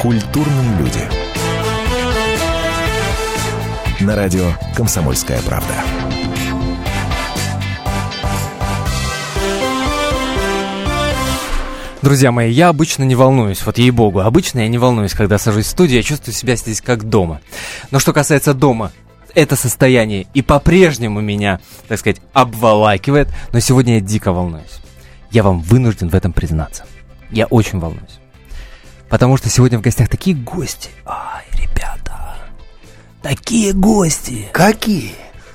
Культурные люди. На радио «Комсомольская правда». Друзья мои, я обычно не волнуюсь, вот ей-богу, обычно я не волнуюсь, когда сажусь в студию, я чувствую себя здесь как дома. Но что касается дома, это состояние и по-прежнему меня, так сказать, обволакивает, но сегодня я дико волнуюсь. Я вам вынужден в этом признаться. Я очень волнуюсь. Потому что сегодня в гостях такие гости. Ай, ребята, такие гости. Какие?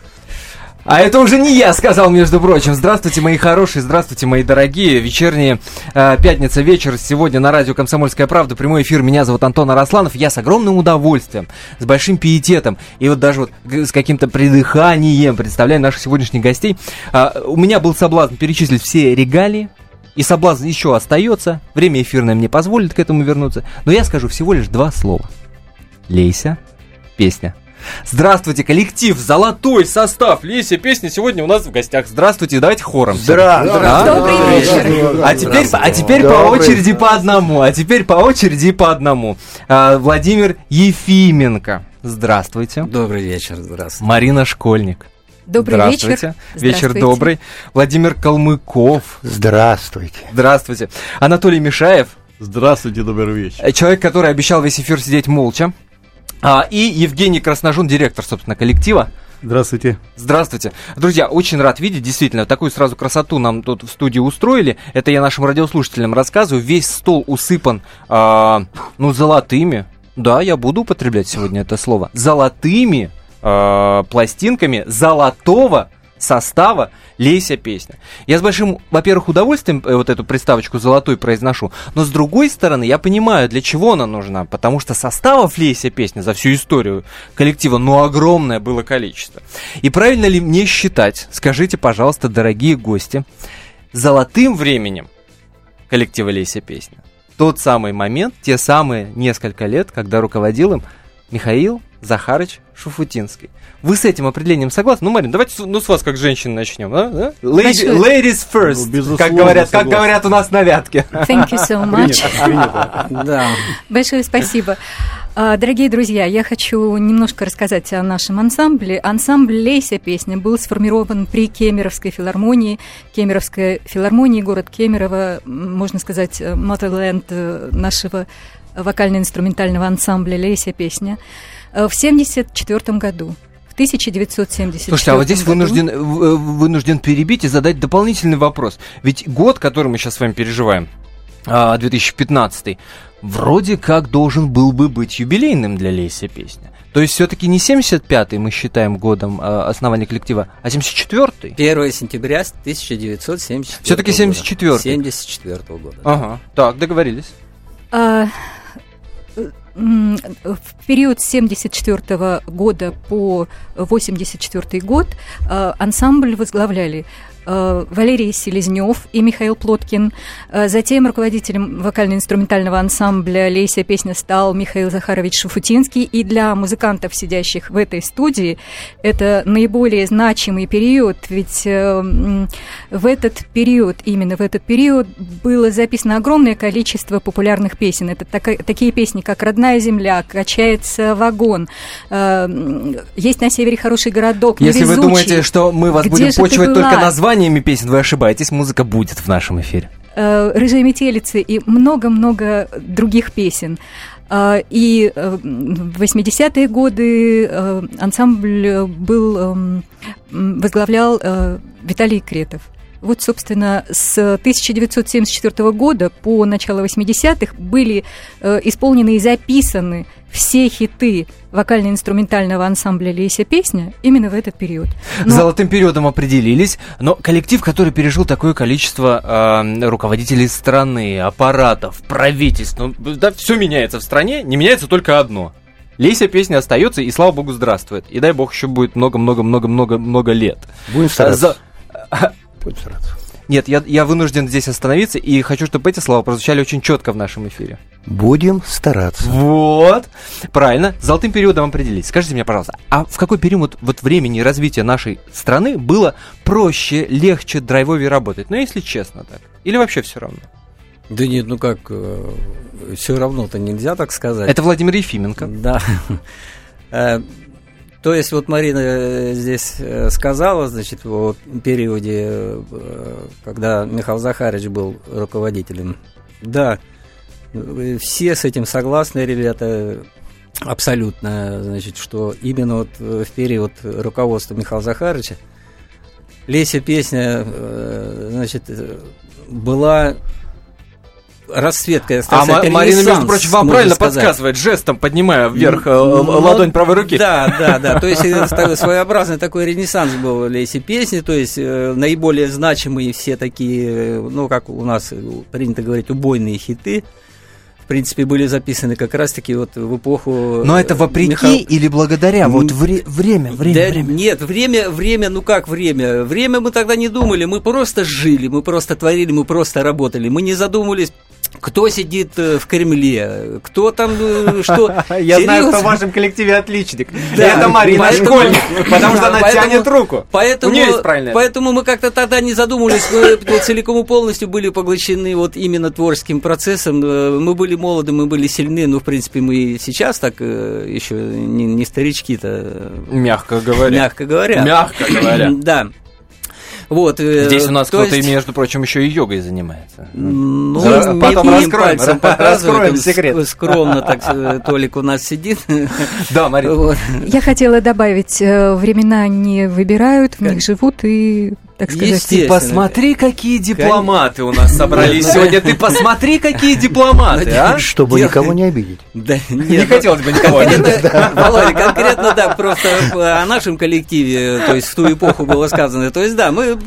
А это уже не я сказал, между прочим. Здравствуйте, мои хорошие, здравствуйте, мои дорогие. Вечерняя пятница, вечер. Сегодня на радио «Комсомольская правда». Прямой эфир. Меня зовут Антон Арасланов. Я с огромным удовольствием, с большим пиететом и вот даже вот с каким-то придыханием представляю наших сегодняшних гостей. У меня был соблазн перечислить все регалии. И соблазн еще остается. Время эфирное мне позволит к этому вернуться. Но я скажу всего лишь два слова. Лейся, песня. Здравствуйте, коллектив, золотой состав Лейся, песня сегодня у нас в гостях. Здравствуйте, давайте хором. Добрый вечер. А теперь по очереди по одному. Владимир Ефименко. Здравствуйте. Добрый вечер, здравствуйте. Марина Школьник. Добрый вечер. Вечер добрый. Владимир Калмыков. Здравствуйте. Здравствуйте. Анатолий Мишаев. Здравствуйте, добрый вечер. Человек, который обещал весь эфир сидеть молча. И Евгений Красножун, директор, собственно, коллектива. Здравствуйте. Здравствуйте. Друзья, очень рад видеть, действительно, такую сразу красоту нам тут в студии устроили. Это я нашим радиослушателям рассказываю. Весь стол усыпан, золотыми. Да, я буду употреблять сегодня это слово. Золотыми пластинками золотого состава «Лейся, песня». Я с большим, во-первых, удовольствием вот эту приставочку «золотой» произношу, но с другой стороны, я понимаю, для чего она нужна, потому что составов «Лейся, песня» за всю историю коллектива, огромное было количество. И правильно ли мне считать, скажите, пожалуйста, дорогие гости, золотым временем коллектива «Лейся, песня» тот самый момент, те самые несколько лет, когда руководил им Михаил Захарович Шуфутинский. Вы с этим определением согласны? Марин, давайте с вас как женщин начнем. Да? Ladies first, как говорят у нас на Вятке. Thank you so much. Принято. Да. Большое спасибо. Дорогие друзья, я хочу немножко рассказать о нашем ансамбле. Ансамбль «Лейся, песня» был сформирован при Кемеровской филармонии. Кемеровская филармония, город Кемерово, можно сказать, motherland нашего вокально-инструментального ансамбля «Лейся, песня», в 1974 году. В 1974 Слушайте, а вот здесь вынужден перебить и задать дополнительный вопрос. Ведь год, который мы сейчас с вами переживаем, 2015, вроде как должен был бы быть юбилейным для «Лейся, песня». То есть все-таки не 75-й мы считаем годом основания коллектива, а 74-й? 1 сентября 1974 Все-таки 74-й. 74 года. Ага, так, договорились. В период с 1974 года по 1984 год ансамбль возглавляли Валерий Селезнёв и Михаил Плоткин. Затем руководителем вокально-инструментального ансамбля «Лейся, песня» стал Михаил Захарович Шуфутинский. И для музыкантов, сидящих в этой студии, это наиболее значимый период, ведь именно в этот период было записано огромное количество популярных песен. Это такие песни, как «Родная земля», «Качается вагон», «Есть на севере хороший городок», «Невезучий». Если вы думаете, что мы вас будем почивать только названиями песен, вы ошибаетесь, музыка будет в нашем эфире. «Рыжая метелица» и много-много других песен. И в 80-е годы ансамбль возглавлял Виталий Кретов. Вот, собственно, с 1974 года по начало 80-х были исполнены и записаны все хиты вокально-инструментального ансамбля «Лейся, песня» именно в этот период. Золотым периодом определились, но коллектив, который пережил такое количество руководителей страны, аппаратов, правительств, все меняется в стране, не меняется только одно. «Лейся, песня» остается, и слава богу, здравствует. И дай бог еще будет много-много-много-много-много лет. Будем стараться. Будем стараться. Нет, я вынужден здесь остановиться, и хочу, чтобы эти слова прозвучали очень четко в нашем эфире. Будем стараться. Вот, правильно, с золотым периодом определились. Скажите мне, пожалуйста, а в какой период времени развития нашей страны было проще, легче, драйвовее работать? Ну, если честно так. Или вообще все равно? Да нет, все равно-то нельзя так сказать. Это Владимир Ефименко. Да. То есть вот Марина здесь сказала, значит, о периоде, когда Михаил Захарович был руководителем. Да, все с этим согласны, ребята, абсолютно, значит, что именно вот в период руководства Михаила Захаровича Леся песня, значит, была расцветка. Марина, между прочим, вам правильно подсказывает, жестом поднимая вверх ладонь правой руки. Да. То есть своеобразный такой ренессанс был Леси песни, то есть наиболее значимые все такие, ну, как у нас принято говорить, убойные хиты, в принципе, были записаны как раз-таки вот в эпоху... Но это вопреки или благодаря? Вот время. Нет, время, ну как время? Время мы тогда не думали, мы просто жили, мы просто творили, мы просто работали. Мы не задумывались, кто сидит в Кремле, кто там что. Я знаю, кто в вашем коллективе отличник. Это Марина Школьник, потому что она тянет руку. Поэтому мы как-то тогда не задумывались, мы целиком и полностью были поглощены вот именно творческим процессом. Мы были молоды, мы были сильны, но в принципе мы сейчас так еще не старички-то. Мягко говоря. Да. Вот, здесь у нас кто-то, между прочим, еще и йогой занимается. Ну, потом раскроем секрет. Скромно так Толик у нас сидит. Да, Марина. Вот. Я хотела добавить, времена не выбирают, в них живут и... Так сказать. Ты посмотри, какие дипломаты у нас собрались сегодня. Ты посмотри, какие дипломаты, а? Чтобы никого не обидеть. Не хотелось бы никого обидеть. Володя, конкретно, да, просто о нашем коллективе, то есть в ту эпоху было сказано. То есть, да, мы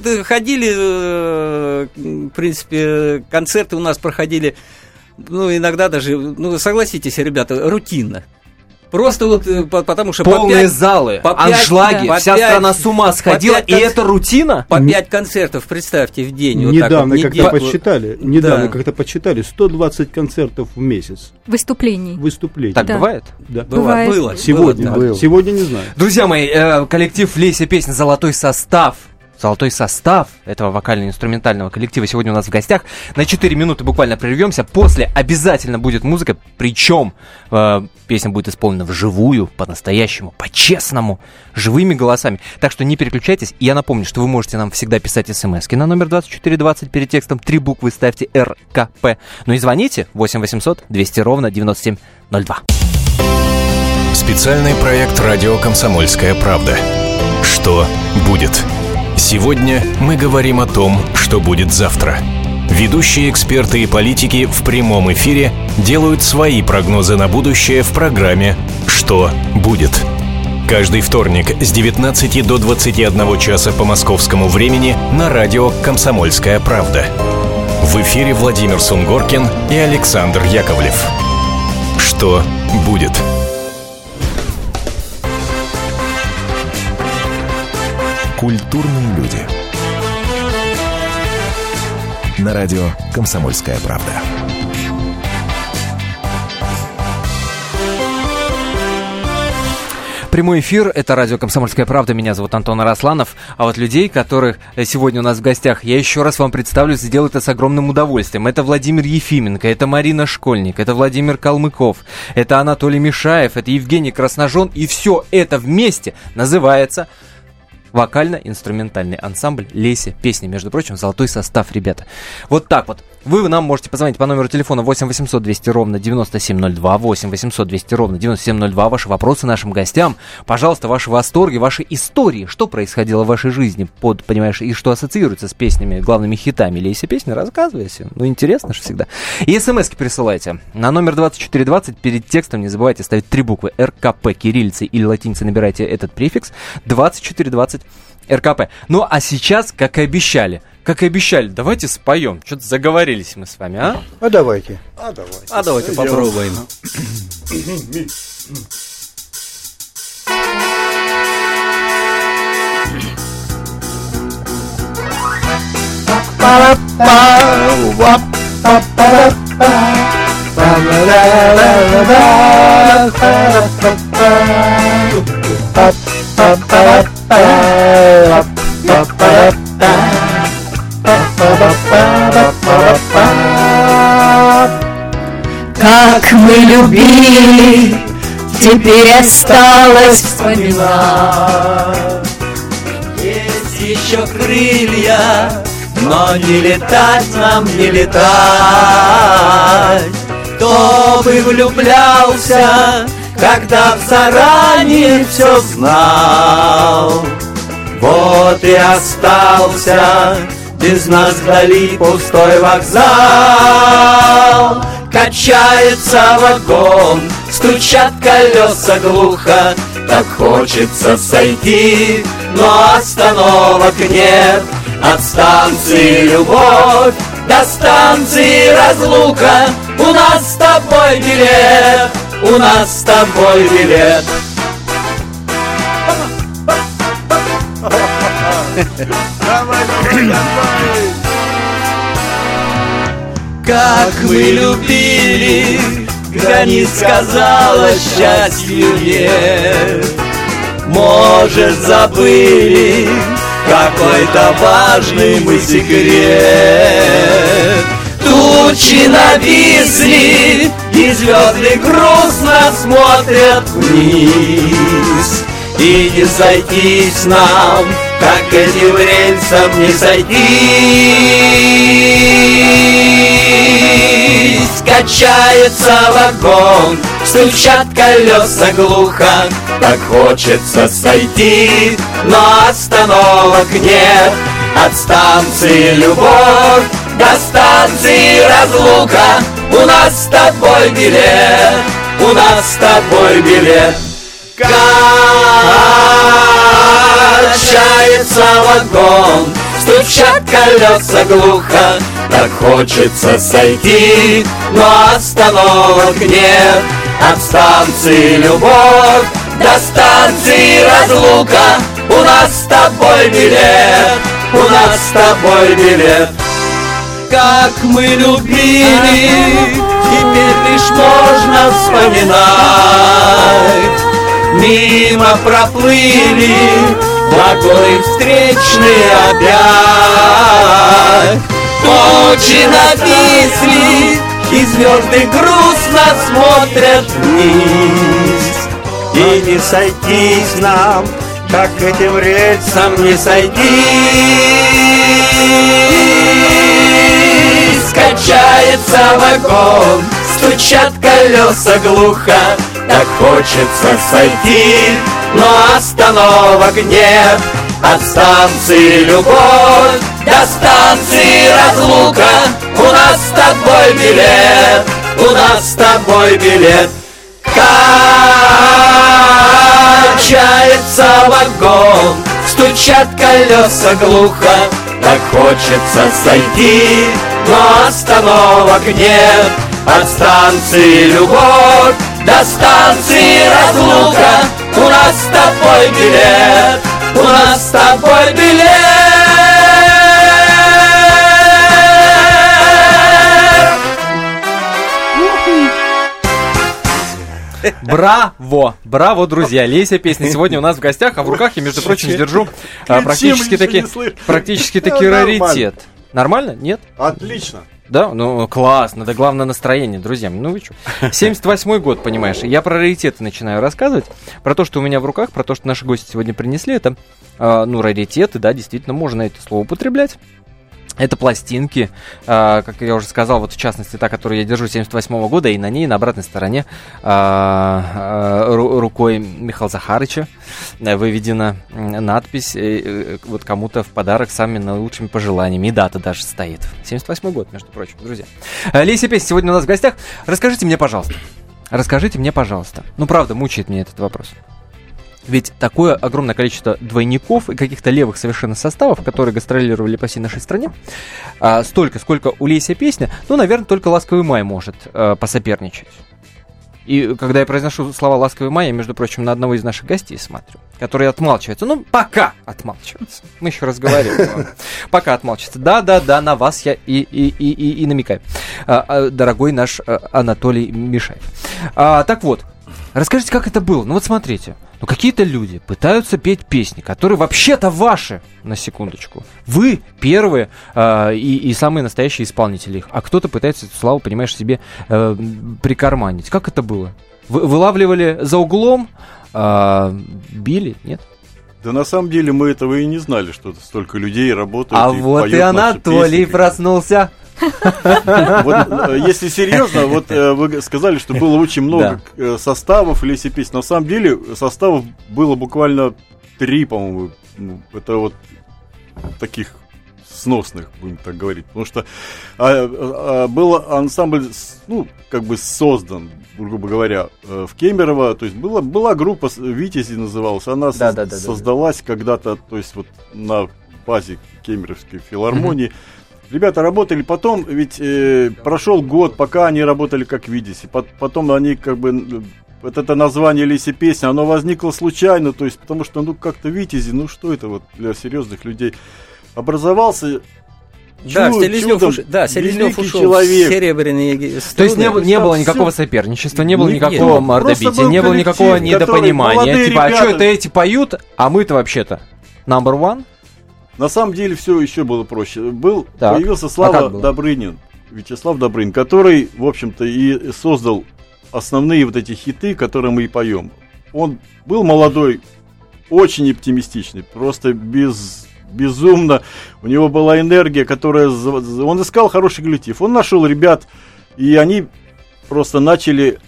ходили, в принципе, концерты у нас проходили, ну, иногда даже, ну, согласитесь, ребята, рутинно. Просто вот потому что полные залы, аншлаги, вся страна с ума сходила, и это рутина? По 5 концертов, представьте, в день. Недавно как-то подсчитали, 120 концертов в месяц. Выступлений. Так бывает? Да. Было. Сегодня не знаю. Друзья мои, коллектив Леся песня «Золотой состав». Золотой состав этого вокально-инструментального коллектива сегодня у нас в гостях. На 4 минуты буквально прервемся. После обязательно будет музыка. Причем песня будет исполнена вживую, по-настоящему, по-честному, живыми голосами. Так что не переключайтесь. И я напомню, что вы можете нам всегда писать смски на номер 2420. Перед текстом 3 буквы ставьте РКП. Ну и звоните 8 800 200 ровно 9702. Специальный проект «Радио Комсомольская правда». Что будет? Сегодня мы говорим о том, что будет завтра. Ведущие эксперты и политики в прямом эфире делают свои прогнозы на будущее в программе «Что будет?». Каждый вторник с 19 до 21 часа по московскому времени на радио «Комсомольская правда». В эфире Владимир Сунгоркин и Александр Яковлев. Что будет? Культурные люди. На радио «Комсомольская правда». Прямой эфир, это радио «Комсомольская правда», меня зовут Антон Арасланов, а вот людей, которых сегодня у нас в гостях, я еще раз вам представлю, сделаю это с огромным удовольствием. Это Владимир Ефименко, это Марина Школьник, это Владимир Калмыков, это Анатолий Мишаев, это Евгений Красножон, и все это вместе называется... вокально-инструментальный ансамбль «Леся песня». Между прочим, золотой состав, ребята. Вот так вот. Вы нам можете позвонить по номеру телефона 8 800 200 ровно 9702, 8 800 200 ровно 9702. Ваши вопросы нашим гостям. Пожалуйста, ваши восторги, ваши истории. Что происходило в вашей жизни, понимаешь, и что ассоциируется с песнями, главными хитами «Леся песня», рассказывайте. Ну, интересно же всегда. И смски присылайте. На номер 2420 перед текстом не забывайте ставить 3 буквы РКП кириллицей или латиницей, набирайте этот префикс 2420 РКП. Ну, а сейчас, как и обещали, давайте споем. Что-то заговорились мы с вами, а? А давайте. Давайте попробуем. Как мы любили, теперь осталось вспоминать. Есть еще крылья, но не летать нам, не летать. Кто бы влюблялся, когда заранее все знал, вот и остался без нас вдали пустой вокзал. Качается вагон, стучат колеса глухо, так хочется сойти, но остановок нет. От станции любовь до станции разлука. У нас с тобой билет, у нас с тобой билет. Как мы любили, границ, казалось, счастью нет. Может, забыли какой-то важный мы секрет. Тучи нависли, и звезды грустно смотрят вниз. И не сойтись нам, как этим рельсам не сойтись. Качается вагон, стучат колеса глухо, так хочется сойти, но остановок нет. От станции любовь до станции разлука. У нас с тобой билет, у нас с тобой билет. Качается вагон, стучат колеса глухо, так хочется сойти, но остановок нет. От станции любовь до станции разлука. У нас с тобой билет, у нас с тобой билет. Как мы любили, теперь лишь можно вспоминать. Мимо проплыли вагоны встречные опять. Ночи нависли, и звезды грустно смотрят вниз. И не сойтись нам, как этим рельсам не сойтись. Качается вагон, стучат колеса глухо, так хочется сойти, но остановок нет. От станции любовь до станции разлука. У нас с тобой билет, у нас с тобой билет. Качается вагон, стучат колеса глухо, так хочется сойти, но остановок нет. От станции любовь до станции разлука. У нас с тобой билет, у нас с тобой билет. Браво! Браво, друзья! Леся песня сегодня у нас в гостях, а в руках я, между прочим, держу практически таки раритет. Нормально? Нет? Отлично. Да? Ну, классно. Да главное настроение, друзья. Ну вы что? 78-й год, понимаешь. Я про раритеты начинаю рассказывать. Про то, что у меня в руках, про то, что наши гости сегодня принесли. Это, раритеты, да, действительно, можно это слово употреблять. Это пластинки, как я уже сказал, вот в частности та, которую я держу 78-го года, и на ней на обратной стороне рукой Михаила Захарыча выведена надпись вот кому-то в подарок с самыми наилучшими пожеланиями, и дата даже стоит. 78-й год, между прочим, друзья. Леся Песня сегодня у нас в гостях. Расскажите мне, пожалуйста, ну правда, мучает меня этот вопрос. Ведь такое огромное количество двойников и каких-то левых совершенно составов, которые гастролировали по всей нашей стране, столько, сколько у Леся Песня, наверное, только «Ласковый май» может посоперничать. И когда я произношу слова «Ласковый май», я, между прочим, на одного из наших гостей смотрю, который отмалчивается. Пока отмалчивается. Мы еще раз говорим. Пока отмалчивается. Да, на вас я и намекаю. Дорогой наш Анатолий Мишаев. Так вот, расскажите, как это было. Смотрите. Но какие-то люди пытаются петь песни, которые вообще-то ваши, на секундочку. Вы первые и самые настоящие исполнители их. А кто-то пытается эту славу, понимаешь, себе прикарманить. Как это было? Вы вылавливали за углом, били, нет? Да на самом деле мы этого и не знали, что столько людей работают. А вот и Анатолий проснулся. Если серьезно, вот вы сказали, что было очень много составов Леси песен. На самом деле составов было буквально 3, по-моему. Это вот таких сносных, будем так говорить. Потому что был ансамбль, создан, грубо говоря, в Кемерово. То есть была группа «Витязи» называлась. Она создалась когда-то, то есть вот на базе Кемеровской филармонии. Ребята работали, потом ведь прошел год, пока они работали как «Витязи». Потом они вот это название «Леси песни», оно возникло случайно, то есть потому что, как-то «Витязи», что это вот для серьезных людей. Образовался Селезнев ушел человек. Серебряные струны. То есть не было никакого соперничества, не было никакого мордобития, не было никакого недопонимания. Типа, а что это эти поют, а мы-то вообще-то number one? На самом деле все еще было проще. Появился Вячеслав Добрынин, который, в общем-то, и создал основные вот эти хиты, которые мы и поем. Он был молодой, очень оптимистичный, просто безумно. У него была энергия, он искал хороший коллектив. Он нашел ребят, и они просто начали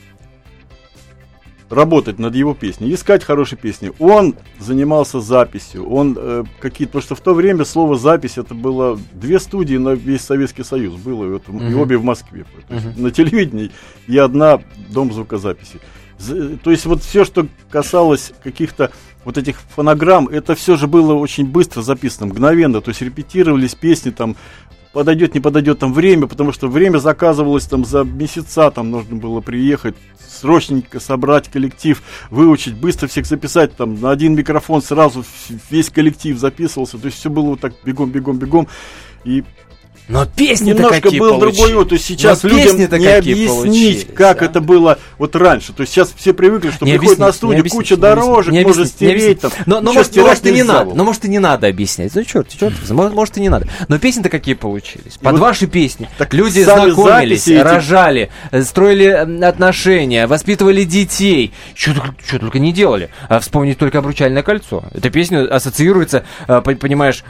работать над его песней, искать хорошие песни. Он занимался записью. Потому что в то время слово «запись» это было 2 студии на весь Советский Союз. Было и обе в Москве. То есть на телевидении и 1 дом звукозаписи. То есть вот все, что касалось каких-то вот этих фонограмм, это все же было очень быстро записано, мгновенно. То есть репетировались песни, там, подойдет, не подойдет там время, потому что время заказывалось там за месяца, там нужно было приехать, срочненько собрать коллектив, выучить, быстро всех записать, там, на один микрофон сразу весь коллектив записывался. То есть все было вот так бегом. И но песни немножко был другой, то есть сейчас людям не объяснить, как это было вот раньше. То есть сейчас все привыкли, что приходят на студию, куча дорожек, можно стереть там. Но может и не надо. Но может и не надо объяснять. Черт, может и не надо. Но песни-то какие получились. Под ваши песни люди знакомились, рожали, строили отношения, воспитывали детей. Что только не делали. Вспомнить только «Обручальное кольцо». Эта песня ассоциируется, понимаешь,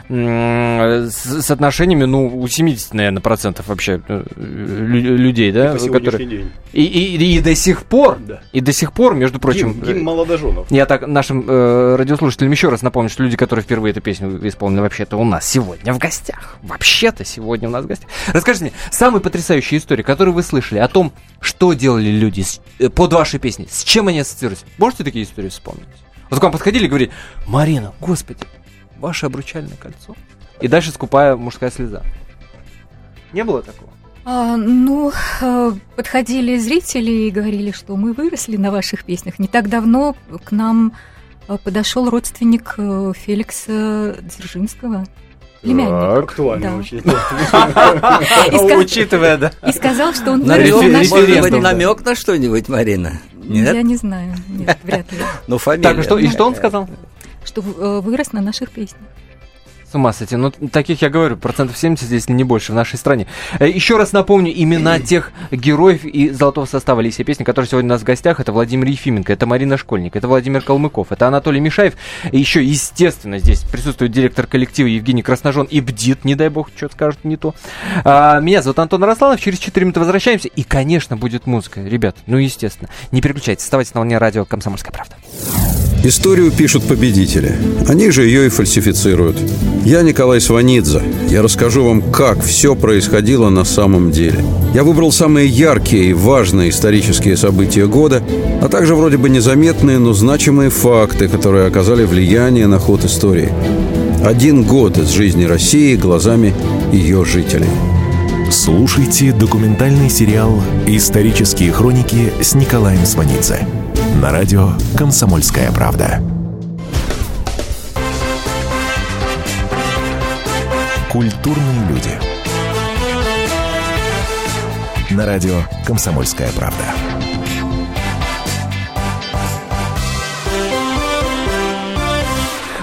с отношениями, у 70, наверное, процентов вообще людей, да, которые и до сих пор, и до сих пор, между прочим, гимн молодоженов. Я так нашим радиослушателям еще раз напомню, что люди, которые впервые эту песню исполнили, вообще-то у нас сегодня в гостях. Вообще-то сегодня у нас в гостях. Расскажите мне самые потрясающие истории, которые вы слышали о том, что делали люди под ваши песни, с чем они ассоциируются. Можете такие истории вспомнить? Вот к вам подходили и говорили: Марина, господи, ваше обручальное кольцо. И дальше скупая мужская слеза. Не было такого? Подходили зрители и говорили, что мы выросли на ваших песнях. Не так давно к нам подошел родственник Феликса Дзержинского, племянник. Актуально очень. Учитывая, да. И сказал, что он вырос на наших песнях. Намек на что-нибудь, Марина? Нет? Я не знаю, нет, вряд ли. Фамилия. Так, и что он сказал? Что вырос на наших песнях. С ума сойти. Таких, я говорю, 70%, если не больше, в нашей стране. Еще раз напомню имена тех героев и золотого состава Леси песни, которые сегодня у нас в гостях. Это Владимир Ефименко, это Марина Школьник, это Владимир Калмыков, это Анатолий Мишаев. И еще, естественно, здесь присутствует директор коллектива Евгений Красножон и бдит, не дай бог, что-то скажет не то. Меня зовут Антон Росланов, через 4 минуты возвращаемся. И, конечно, будет музыка. Ребят, естественно, не переключайтесь, оставайтесь на волне радио «Комсомольская правда». Историю пишут победители. Они же ее и фальсифицируют. Я Николай Сванидзе. Я расскажу вам, как все происходило на самом деле. Я выбрал самые яркие и важные исторические события года, а также вроде бы незаметные, но значимые факты, которые оказали влияние на ход истории. 1 год из жизни России глазами ее жителей. Слушайте документальный сериал «Исторические хроники» с Николаем Сванидзе на радио «Комсомольская правда». Культурные люди. На радио «Комсомольская правда».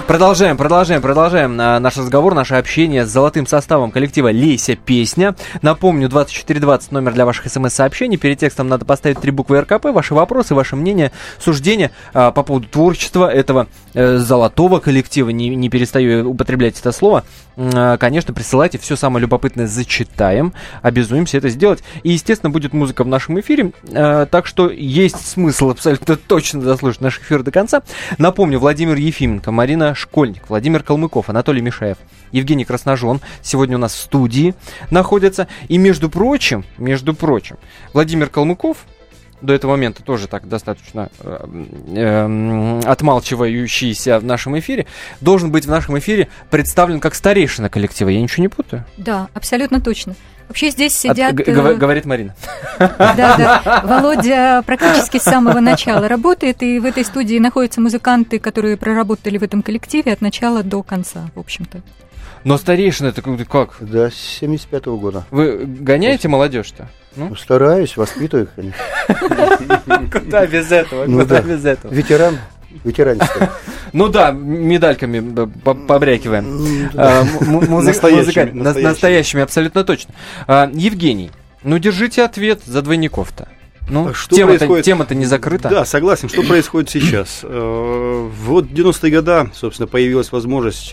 Продолжаем наш разговор, наше общение с золотым составом коллектива «Лейся песня». Напомню, 2420 номер для ваших смс-сообщений. Перед текстом надо поставить 3 буквы РКП. Ваши вопросы, ваше мнение, суждения по поводу творчества этого золотого коллектива. Не перестаю употреблять это слово. Конечно, присылайте, все самое любопытное зачитаем. Обязуемся это сделать. И, естественно, будет музыка в нашем эфире. Так что есть смысл абсолютно точно дослушать наш эфир до конца. Напомню, Владимир Ефименко, Марина Школьник, Владимир Калмыков, Анатолий Мишаев, Евгений Красножон сегодня у нас в студии находятся. И, между прочим, Владимир Калмыков, до этого момента тоже так достаточно отмалчивающийся в нашем эфире, должен быть в нашем эфире представлен как старейшина коллектива. Я ничего не путаю? Да, абсолютно точно. Вообще здесь сидят... Говорит Марина. Да. Володя практически с самого начала работает, и в этой студии находятся музыканты, которые проработали в этом коллективе от начала до конца, в общем-то. Но старейшина это как? Да, с 75-го года. Вы гоняете молодежь-то? Ну, стараюсь, воспитываю их, конечно. Куда без этого? Ветеранистый. Ну да, медальками побрякиваем. Настоящими, абсолютно точно. Евгений, ну держите ответ за двойников-то. Ну, тема-то не закрыта. Да, согласен. Что происходит сейчас? Вот в 90-е годы, собственно, появилась возможность,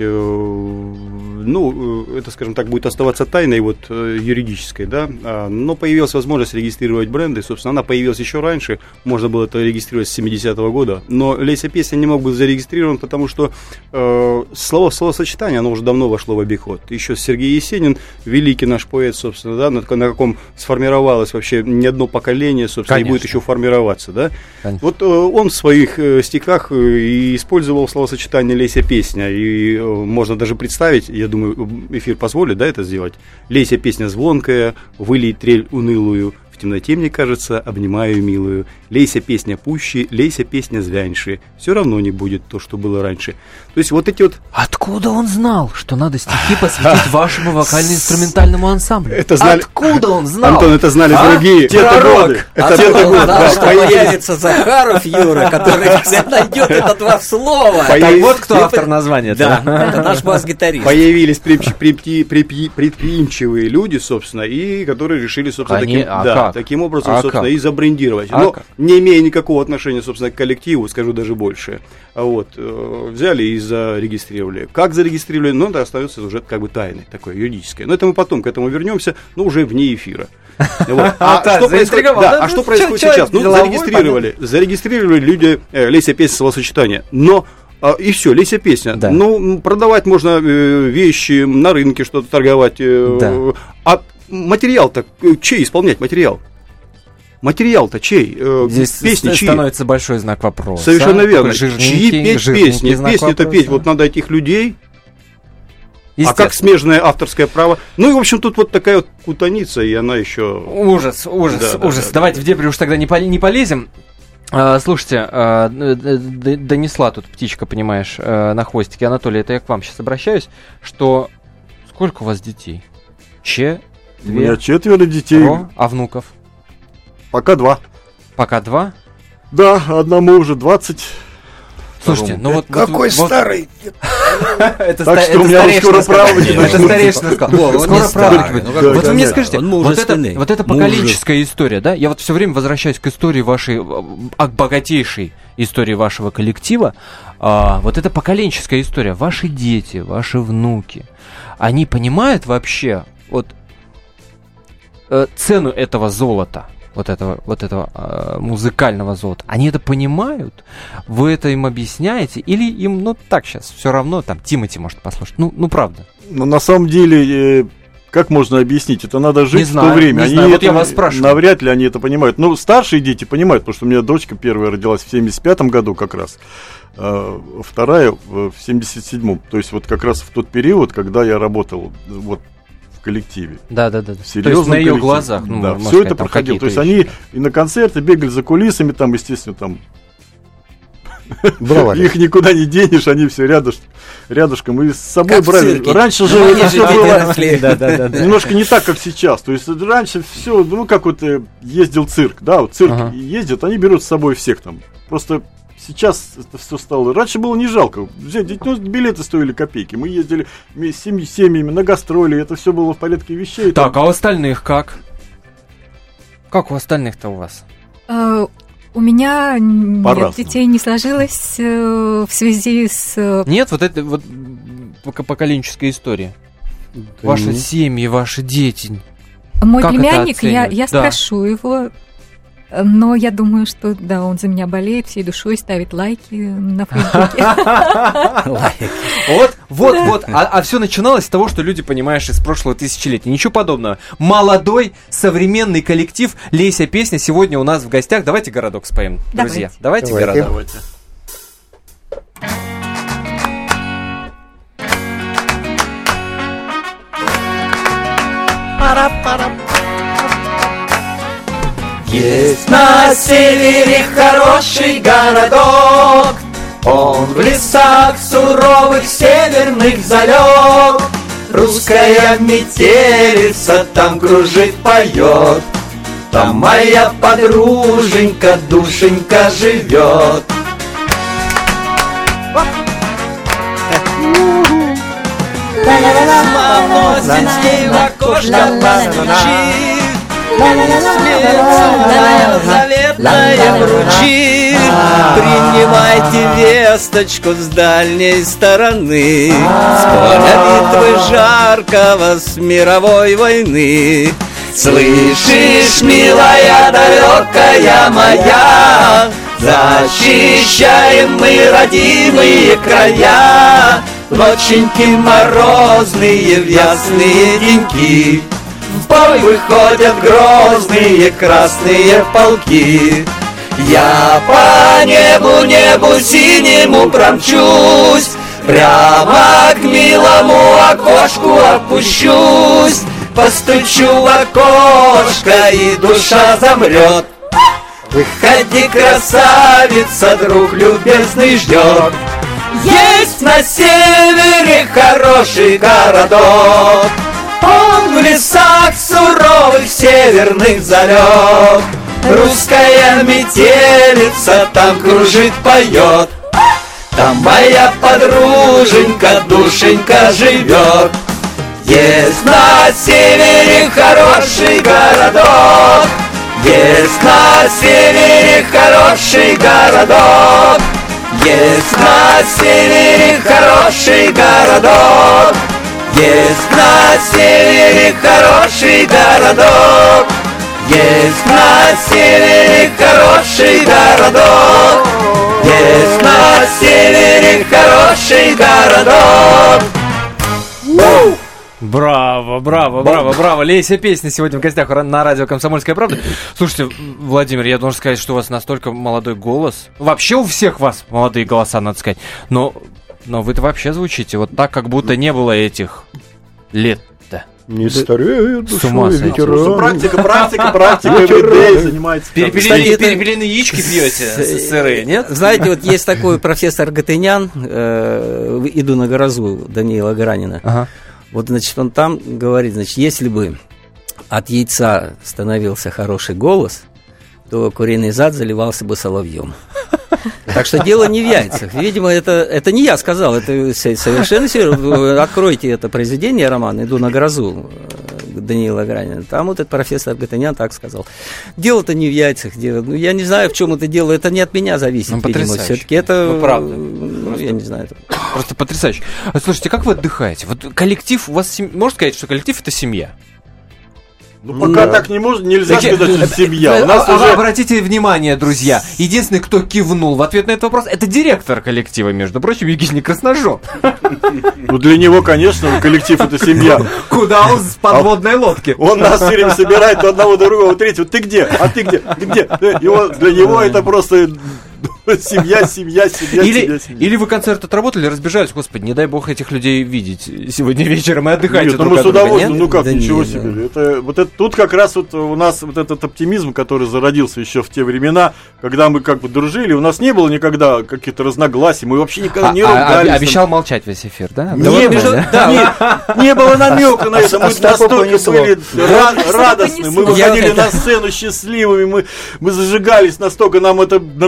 это, скажем так, будет оставаться тайной юридической, да, но появилась возможность регистрировать бренды, собственно, она появилась еще раньше, можно было это регистрировать с 70-го года, но «Лейся песня» не мог быть зарегистрирован, потому что словосочетание, оно уже давно вошло в обиход. Еще Сергей Есенин, великий наш поэт, собственно, да, на каком сформировалось вообще не одно поколение, собственно, и будет еще формироваться, да? Конечно. Вот он в своих стихах использовал словосочетание «Лейся песня», и можно даже представить, я думаю, эфир позволит, да, это сделать. «Лейся песня звонкая, вылей трель унылую, в темноте, мне кажется, обнимаю милую. Лейся песня пуще, лейся песня звяньше. Все равно не будет то, что было раньше». То есть вот эти вот... Откуда он знал, что надо стихи посвятить вашему вокально-инструментальному ансамблю? Это знали... Откуда он знал? Антон, это знали другие. Пророк! Откуда он знал, что появится Захаров Юра, который найдет это 2 слова? Так вот кто автор названия. Да, это наш бас-гитарист. Появились предприимчивые люди, собственно, и которые решили, собственно, таким образом, собственно, и забрендировать. Но не имея никакого отношения, собственно, к коллективу, скажу даже больше. Взяли и зарегистрировали. Как зарегистрировали, но это остается уже как бы тайной, такой юридической. Но это мы потом к этому вернемся, но уже вне эфира. Что происходит сейчас? Зарегистрировали люди «Лейся песня» словосочетание, но и все, «Лейся песня». Да. Ну, продавать можно вещи на рынке, что-то торговать. Да. А материал-то чей исполнять материал? Материал-то чей? Здесь песни чьи? Становится большой знак вопроса. Совершенно верно. Чьи петь песни? Песни-то петь, вот надо этих людей. А как смежное авторское право? Ну и, в общем, тут вот такая вот путаница, и она еще... Ужас. Давайте в дебри уж тогда не полезем. Слушайте, донесла тут птичка, понимаешь, на хвостике. Анатолий, это я к вам сейчас обращаюсь, что... Сколько у вас детей? У меня 4 детей. А внуков? Пока 2. Пока 2? Да, одному уже 20. Слушайте, ну вот... Какой старый! Так что у меня скоро правнуки. Это старейшина сказал. Скоро правнуки. Вот вы мне скажите, вот это поколенческая история, да? Я вот все время возвращаюсь к истории вашей, к богатейшей истории вашего коллектива. Вот это поколенческая история. Ваши дети, ваши внуки, они понимают вообще вот цену этого золота? Вот этого музыкального золота. Они это понимают? Вы это им объясняете? Или им, так сейчас, все равно, там, Тимати может послушать? Ну, правда. Ну, на самом деле, как можно объяснить? Это надо жить в то время. Не знаю, вот я вас спрашиваю. Навряд ли они это понимают. Ну, старшие дети понимают, потому что у меня дочка первая родилась в 75-м году как раз, вторая в 77-м. То есть вот как раз в тот период, когда я работал, вот, коллективе. Да. То есть на ее глазах. Да, все это проходило. То есть они и на концерты бегали за кулисами, там, естественно, там их никуда не денешь, они все рядышком. И с собой брали. Раньше же это все было немножко не так, как сейчас. То есть раньше все, как вот ездил цирк. Да, вот цирк ездит, они берут с собой всех там. Просто сейчас это все стало... Раньше было не жалко. Билеты стоили копейки. Мы ездили с семьями на гастроли, это все было в порядке вещей. Так, а у остальных как? Как у остальных-то у вас? У меня нет детей, не сложилось в связи с... Нет, вот это вот поколенческая история. Да ваши семьи, ваши дети. Мой племянник, я спрошу его, но я думаю, что да, он за меня болеет всей душой, ставит лайки на Фейсбуке. Вот. А все начиналось с того, что люди, понимаешь, из прошлого тысячелетия. Ничего подобного. Молодой, современный коллектив «Лейся песня» сегодня у нас в гостях. Давайте городок споем, друзья. Давайте городок. Давайте. Есть на севере хороший городок, он в лесах суровых северных залег. Русская метелица там кружит, поет, там моя подруженька, душенька живет. Молоденький в окошко постучит, заветная вручит. Принимайте весточку с дальней стороны, с поля битвы жаркого, с мировой войны. Слышишь, милая, далекая моя, защищаем мы родимые края. Ноченьки морозные, в ясные деньки, в бой выходят грозные красные полки. Я по небу синему промчусь, прямо к милому окошку опущусь. Постучу в окошко, и душа замрет. Выходи, красавица, друг любезный ждет. Есть на севере хороший городок, он в лесах суровых северных залег. Русская метелица там кружит, поет, там моя подруженька, душенька живет. Есть на севере хороший городок, есть на севере хороший городок. Есть на севере хороший городок, есть на севере хороший городок, есть на севере хороший городок, есть на севере хороший городок. Браво. Лейся песня сегодня в гостях на радио «Комсомольская правда». Слушайте, Владимир, я должен сказать, что у вас настолько молодой голос. Вообще у всех вас молодые голоса, надо сказать. Но вы-то вообще звучите вот так, как будто не было этих лет-то. Не стареют душой ветераны. Практика, everyday занимается. Перепелиные яички пьете сырые, нет? Знаете, вот есть такой профессор Гатынян, «Иду на грозу» Даниила Гранина. Ага. Вот, значит, он там говорит, значит, если бы от яйца становился хороший голос, то куриный зад заливался бы соловьем. Так что дело не в яйцах. Видимо, это не я сказал, это совершенно серьезно. Откройте это произведение, роман «Иду на грозу» Даниила Гранина. Там вот этот профессор Гатынян так сказал. Дело-то не в яйцах. Я не знаю, в чем это дело. Это не от меня зависит, видимо. Все-таки это... правда. Я не знаю. Просто потрясающе. Слушайте, как вы отдыхаете? Вот коллектив, у вас... Можно сказать, что коллектив — это семья? Ну, пока так нельзя сказать, что семья. У нас уже... Обратите внимание, друзья, единственный, кто кивнул в ответ на этот вопрос, это директор коллектива, между прочим, Евгений Красножоп. Ну, для него, конечно, коллектив — это семья. Куда он с подводной лодки? Он нас все время собирает то одного, то другого, третьего. Ты где? А ты где? Ты где? Для него это просто... Семья. Или вы концерт отработали, разбежались, господи, не дай бог этих людей видеть сегодня вечером и отдыхайте. Нет, мы с удовольствием, ничего себе. Тут как раз вот у нас вот этот оптимизм, который зародился еще в те времена, когда мы как бы дружили, у нас не было никогда каких-то разногласий, мы вообще никогда не ругались. Обещал молчать весь эфир, да? Не было намека на это, мы настолько были радостны, мы выходили на сцену счастливыми, мы зажигались, настолько нам это нравилось,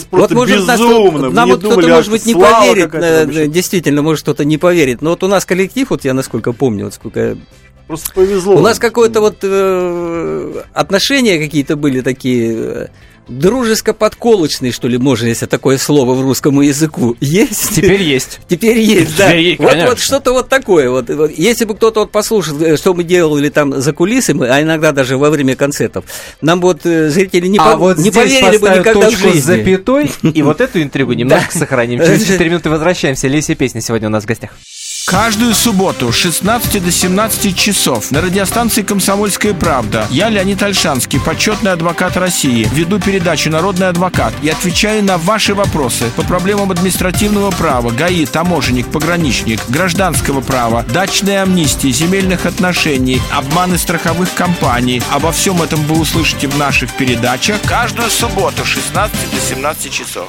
просто вот, безумно. Нам вот кто-то, может быть, не поверит, действительно, может кто-то не поверит, но вот у нас коллектив, вот я насколько помню, вот сколько... Просто повезло. У нас какое-то вот отношения какие-то были такие... дружеско-подколочный, что ли, можно, если такое слово в русском языку есть? Теперь есть. Теперь есть, да. Вот что-то вот такое. Вот. Если бы кто-то вот послушал, что мы делали там за кулисами, а иногда даже во время концертов, нам вот зрители не поверили бы никогда в жизни. С запятой, и вот эту интригу немножко сохраним. Через 4 минуты возвращаемся. Леся Песня сегодня у нас в гостях. Каждую субботу с 16 до 17 часов на радиостанции «Комсомольская правда» я, Леонид Ольшанский, почетный адвокат России, веду передачу «Народный адвокат» и отвечаю на ваши вопросы по проблемам административного права, ГАИ, таможенник, пограничник, гражданского права, дачной амнистии, земельных отношений, обманы страховых компаний. Обо всем этом вы услышите в наших передачах каждую субботу с 16 до 17 часов.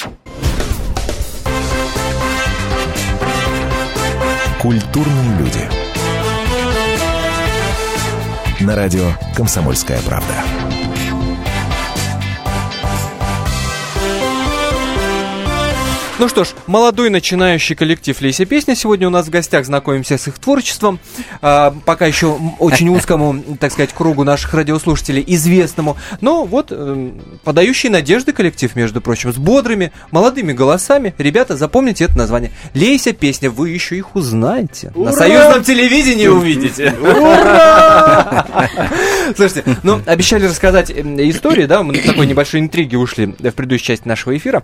Культурные люди. На радио «Комсомольская правда». Ну что ж, молодой начинающий коллектив «Леся Песня» сегодня у нас в гостях, знакомимся с их творчеством, пока еще очень узкому, так сказать, кругу наших радиослушателей, известному, но вот подающий надежды коллектив, между прочим, с бодрыми, молодыми голосами. Ребята, запомните это название. «Леся Песня», вы еще их узнаете. Ура! На союзном телевидении увидите. Ура! Слушайте, ну, обещали рассказать истории, да, мы на такой небольшой интриге ушли в предыдущей части нашего эфира.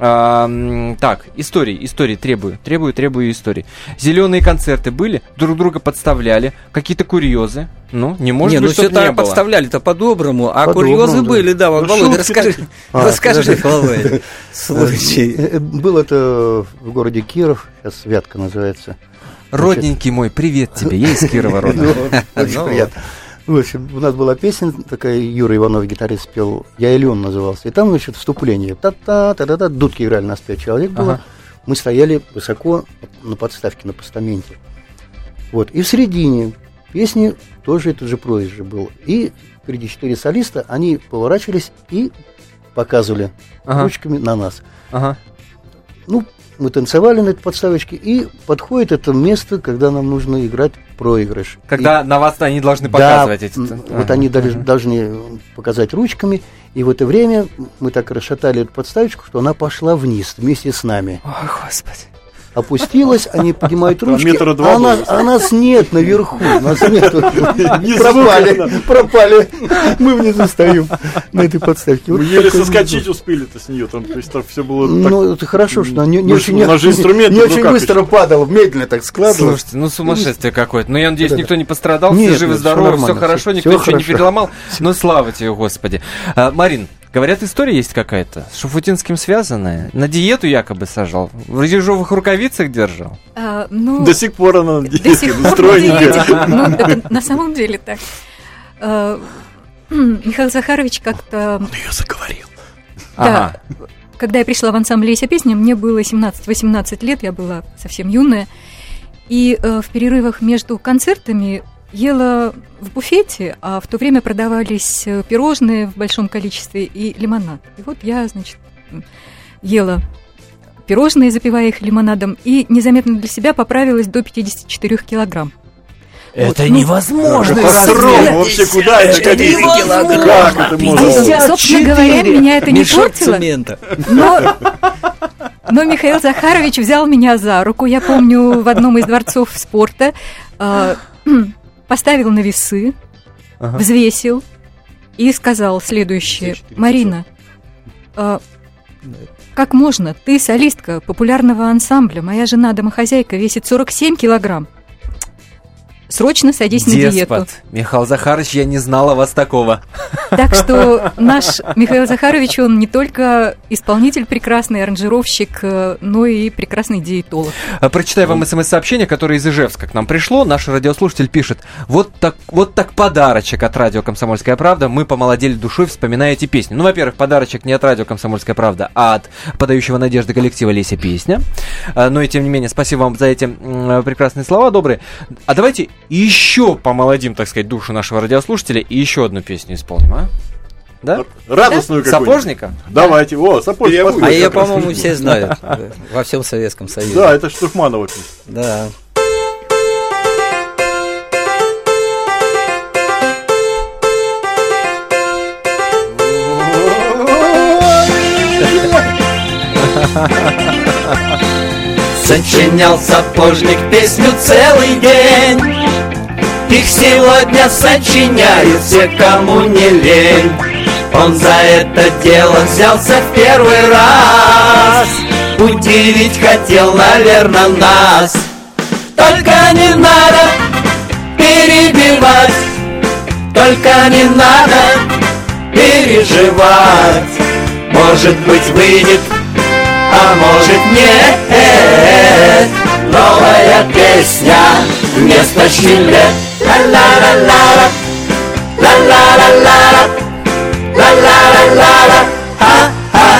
Так, истории требую истории. Зеленые концерты были, друг друга подставляли, какие-то курьезы. Ну, не может быть, чтобы не было. Подставляли-то по-доброму, а курьезы были, да. Володя, расскажи, Володя, случай. Был это в городе Киров, сейчас Вятка называется. Родненький мой, привет тебе, я из Кирова родом. Очень приятно. В общем, у нас была песня такая, Юра Иванов, гитарист, пел, «Я Илюн» назывался. И там, значит, вступление. Та-та-та-та-та, дудки играли нас 5 человек было. Мы стояли высоко на подставке, на постаменте. Вот. И в середине песни тоже этот же проезжий был. И впереди 4 солиста, они поворачивались и показывали ручками на нас. Ну, мы танцевали на этой подставочке, и подходит это место, когда нам нужно играть проигрыш. Когда на вас они должны показывать эти... Вот они должны показать ручками, и в это время мы так расшатали эту подставочку, что она пошла вниз вместе с нами. О, Господи. Опустилась, они поднимают ручки, а нас нет наверху, нас нет. Пропали. Мы внизу стоим на этой подставке. Мы еле соскочить успели-то с нее, там, то есть все было так... Ну, это хорошо, что она не очень быстро падала, медленно так складывалась. Слушайте, ну сумасшествие какое-то. Ну, я надеюсь, никто не пострадал, все живы-здоровы, все хорошо, никто ничего не переломал. Ну, слава тебе, Господи. Марин, говорят, история есть какая-то, с Шуфутинским связанная. На диету якобы сажал, в ежовых рукавицах держал. До сих пор она на диете, стройненькая. На самом деле так. Михаил Захарович как-то... Он ее заговорил. Да. Когда я пришла в ансамбль «Леся Песня», мне было 17-18 лет, я была совсем юная. И в перерывах между концертами ела в буфете, а в то время продавались пирожные в большом количестве и лимонад. И вот я, значит, ела пирожные, запивая их лимонадом, и незаметно для себя поправилась до 54 килограмм. Это невозможно! Вообще куда это? Собственно говоря, меня это не портило. Но Михаил Захарович взял меня за руку, я помню, в одном из дворцов спорта, поставил на весы, взвесил и сказал следующее: «Марина, как можно? Ты солистка популярного ансамбля, моя жена домохозяйка весит 47 килограмм. Срочно садись на диету». Михаил Захарович, я не знала о вас такого. Так что наш Михаил Захарович, он не только исполнитель прекрасный, аранжировщик, но и прекрасный диетолог. Прочитаю вам смс-сообщение, которое из Ижевска к нам пришло. Наш радиослушатель пишет: вот так подарочек от радио «Комсомольская правда». Мы помолодели душой, вспоминая эти песни. Ну, во-первых, подарочек не от радио «Комсомольская правда», а от подающего надежды коллектива «Леся Песня». Но и тем не менее, спасибо вам за эти прекрасные слова добрые. А давайте еще помолодим, так сказать, душу нашего радиослушателя и еще одну песню исполним, а? Да? Радостную какую-нибудь. Сапожника? Давайте. О, Сапожник. А ее, по-моему, все знают во всем Советском Союзе. Да, это Штурманова песня. Да. Сочинял сапожник песню целый день. Их сегодня сочиняют все, кому не лень. Он за это дело взялся в первый раз. Удивить хотел, наверное, нас. Только не надо перебивать, только не надо переживать. Может быть, выйдет, а может нет. Новая песня вместо щелет. Ла-ла-ла-ла-ла, ла-ла-ла-ла-ла, ла-ла-ла-ла-ла, а-а.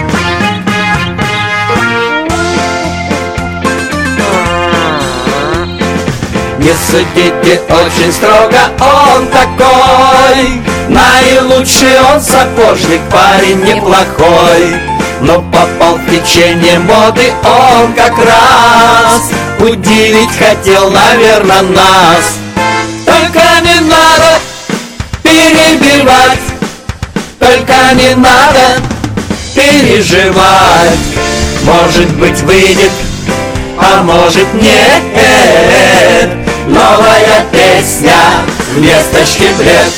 Не судите очень строго, он такой. Наилучший он сапожник, парень неплохой. Но попал в течение моды он как раз. Удивить хотел, наверное, нас. Только не надо перебивать, только не надо переживать. Может быть, выйдет, а может нет. Новая песня вместо щеблет.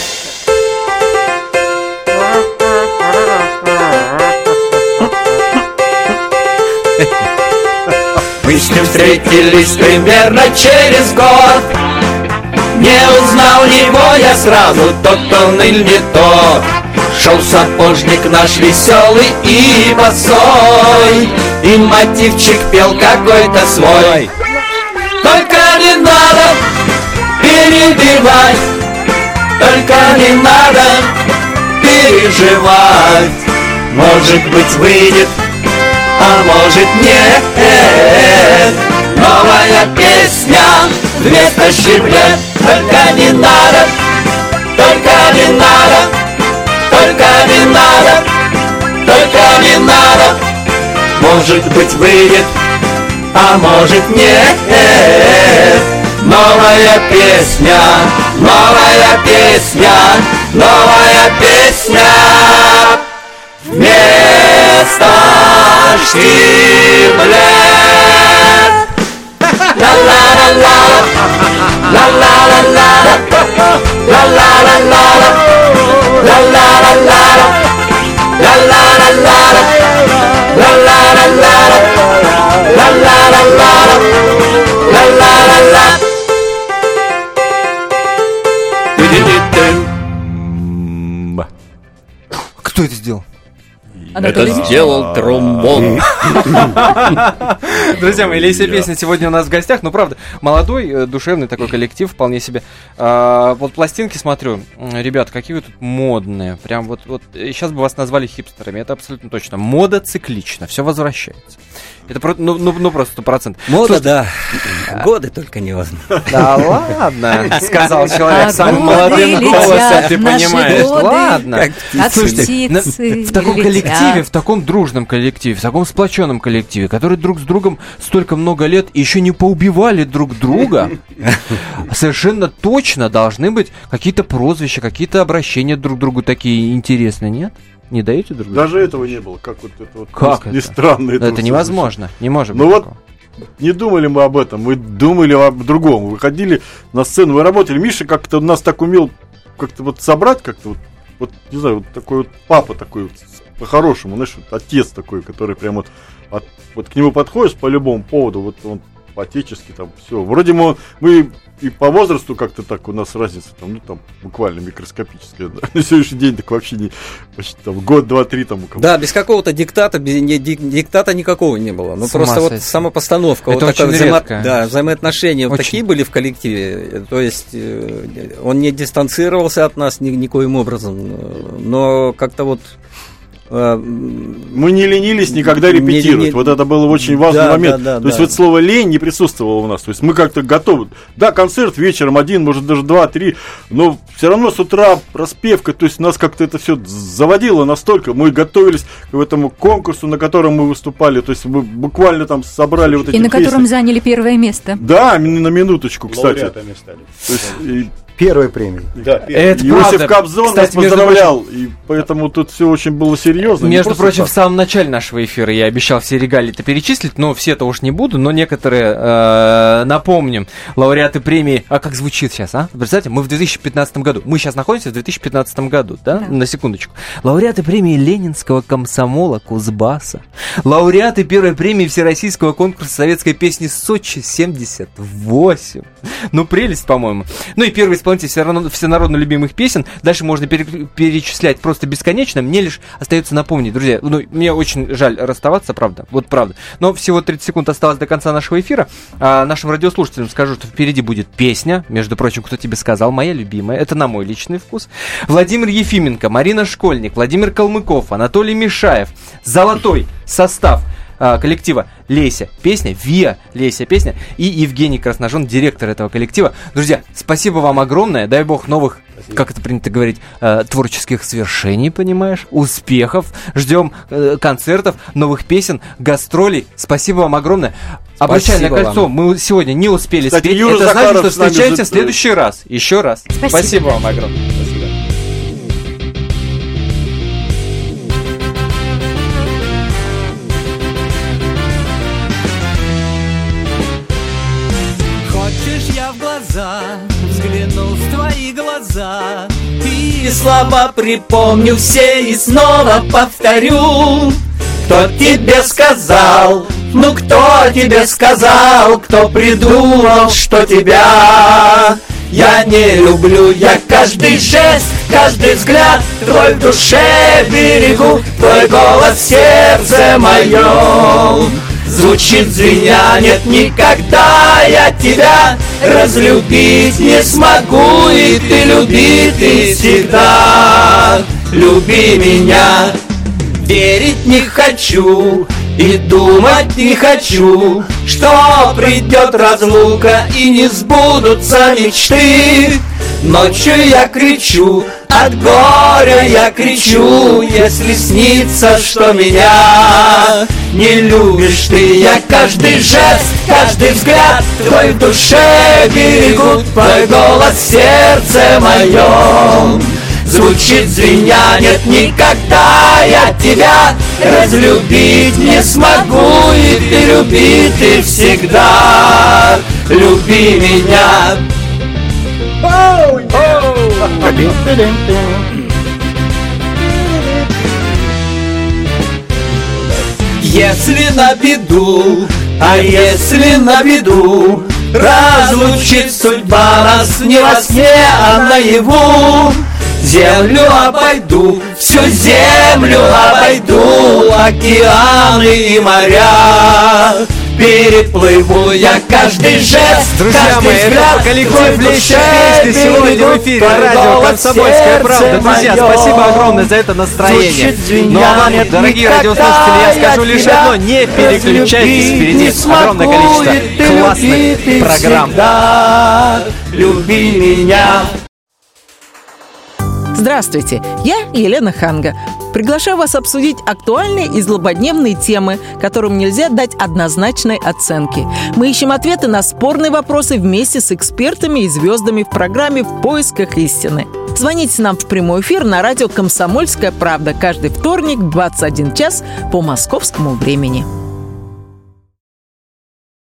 Мы с ним встретились примерно через год. Не узнал его я сразу, тот он или не тот. Шел сапожник наш веселый и босой, и мотивчик пел какой-то свой. Только не надо перебивать, только не надо переживать. Может быть, выйдет, а может нет. Новая песня вместо щеблет. Только не надо, только не надо, только не надо, только не надо. Может быть, выйдет, а может нет. Новая песня, новая песня, новая песня вместо щеблет. Ла-ла-ла-ла, ла-ла-ла-ла, ла-ла-ла-ла, ла-ла-ла-ла, ла-ла-ла-ла, ла-ла-ла-ла, ла-ла-ла-ла, ла-ла-ла-ла. Кто это сделал? Это сделал тромбон. Друзья мои, Лейся Песня сегодня у нас в гостях. Ну, правда, молодой, душевный такой коллектив, вполне себе. Вот пластинки смотрю. Ребят, какие вы тут модные. Прям вот сейчас бы вас назвали хипстерами. Это абсолютно точно. Мода циклична, все возвращается. Это просто 100%. Мода, да. Годы только не важно. Да ладно, сказал человек самым молодым голосом, ты понимаешь. Ладно. Слушайте, в таком коллективе, в таком дружном коллективе, в таком сплоченном коллективе, который друг с другом столько много лет еще не поубивали друг друга, совершенно точно должны быть какие-то прозвища, какие-то обращения друг к другу такие интересные, нет? Не даете друг другу? Даже этого не было. Как вот это вот? Как не странно. Это невозможно. Не может быть. Ну вот, не думали мы об этом, мы думали об другом. Выходили на сцену, вы работали. Миша как-то нас так умел как-то вот собрать, как-то вот не знаю, вот такой вот папа такой вот, по-хорошему, знаешь, вот отец такой, который прям вот к нему подходишь по любому поводу, вот он по-отечески там все. Вроде мы и по возрасту как-то так у нас разница там, ну там буквально микроскопическая. Да. На сегодняшний день так вообще не почти там год, два, три там у кого-то. Да, без какого-то диктата, диктата никакого не было. Ну просто вот сама постановка, это вот такая взаимоотношения вот такие были в коллективе. То есть он не дистанцировался от нас никоим образом, но как-то вот Мы не ленились никогда репетировать. Вот это был очень важный момент. То есть вот слово «лень» не присутствовало у нас. То есть мы как-то готовы. Да, концерт вечером 1, может даже 2-3, но все равно с утра распевка. То есть нас как-то это все заводило настолько. Мы готовились к этому конкурсу, на котором мы выступали. То есть мы буквально там собрали вот эти песни. И на котором заняли первое место. Да, на минуточку, кстати. Лауреатами стали. То есть, первой премии. Да, Иосиф Кобзон нас поздравлял, и поэтому тут все очень было серьезно. Между прочим, в самом начале нашего эфира я обещал все регалии-то перечислить, но все-то уж не буду, но некоторые напомним. Лауреаты премии, а как звучит сейчас, а? Представьте, мы в 2015 году, мы сейчас находимся в 2015 году, да? На секундочку. Лауреаты премии Ленинского комсомола Кузбасса, лауреаты первой премии Всероссийского конкурса советской песни Сочи 78. Ну, прелесть, по-моему. Ну и первый исполнитель всенародно любимых песен. Дальше можно перечислять просто бесконечно. Мне лишь остается напомнить, друзья, ну, мне очень жаль расставаться, правда, вот правда. Но всего 30 секунд осталось до конца нашего эфира. Нашим радиослушателям скажу, что впереди будет песня, между прочим, «Кто тебе сказал», моя любимая, это на мой личный вкус. Владимир Ефименко, Марина Школьник, Владимир Калмыков, Анатолий Мишаев, золотой состав коллектива «Леся песня», ВИА «Леся песня» и Евгений Красножон, директор этого коллектива. Друзья, спасибо вам огромное, дай бог новых, как это принято говорить, творческих свершений, понимаешь, успехов, ждем концертов, новых песен, гастролей. Спасибо вам огромное. Обручальное кольцо мы сегодня не успели спеть, Юра это Захаров, значит, что встречаемся в следующий раз. Еще раз. Спасибо вам огромное. Взглянул в твои глаза и слова припомню все и снова повторю. Кто тебе сказал, ну кто тебе сказал, кто придумал, что тебя я не люблю. Я каждый жест, каждый взгляд твой в душе берегу, твой голос в сердце моем звучит звеня. Нет, никогда я тебя разлюбить не смогу, и ты люби, ты всегда люби меня. Верить не хочу и думать не хочу, что придет разлука и не сбудутся мечты. Ночью я кричу, от горя я кричу, если снится, что меня не любишь ты. Я каждый жест, каждый взгляд твой в душе берегу, твой голос в сердце моем звучит звеня. Нет, никогда я тебя разлюбить не смогу, и ты люби, ты всегда люби меня. Если на беду, а если на беду разлучит судьба нас не во сне, а наяву, землю обойду, всю землю обойду, океаны и моря переплыву. Я каждый жест, друзья каждый мои, взгляд, это коллектив «Леся песни» сегодня в эфире радио «Комсомольская правда». Друзья, спасибо огромное за это настроение. Ну а вам, дорогие радиослушатели, я скажу лишь одно: не переключайтесь, впереди огромное количество классных программ. Люби меня. Здравствуйте, я Елена Ханга. Приглашаю вас обсудить актуальные и злободневные темы, которым нельзя дать однозначной оценки. Мы ищем ответы на спорные вопросы вместе с экспертами и звездами в программе «В поисках истины». Звоните нам в прямой эфир на радио «Комсомольская правда» каждый вторник в 21 час по московскому времени.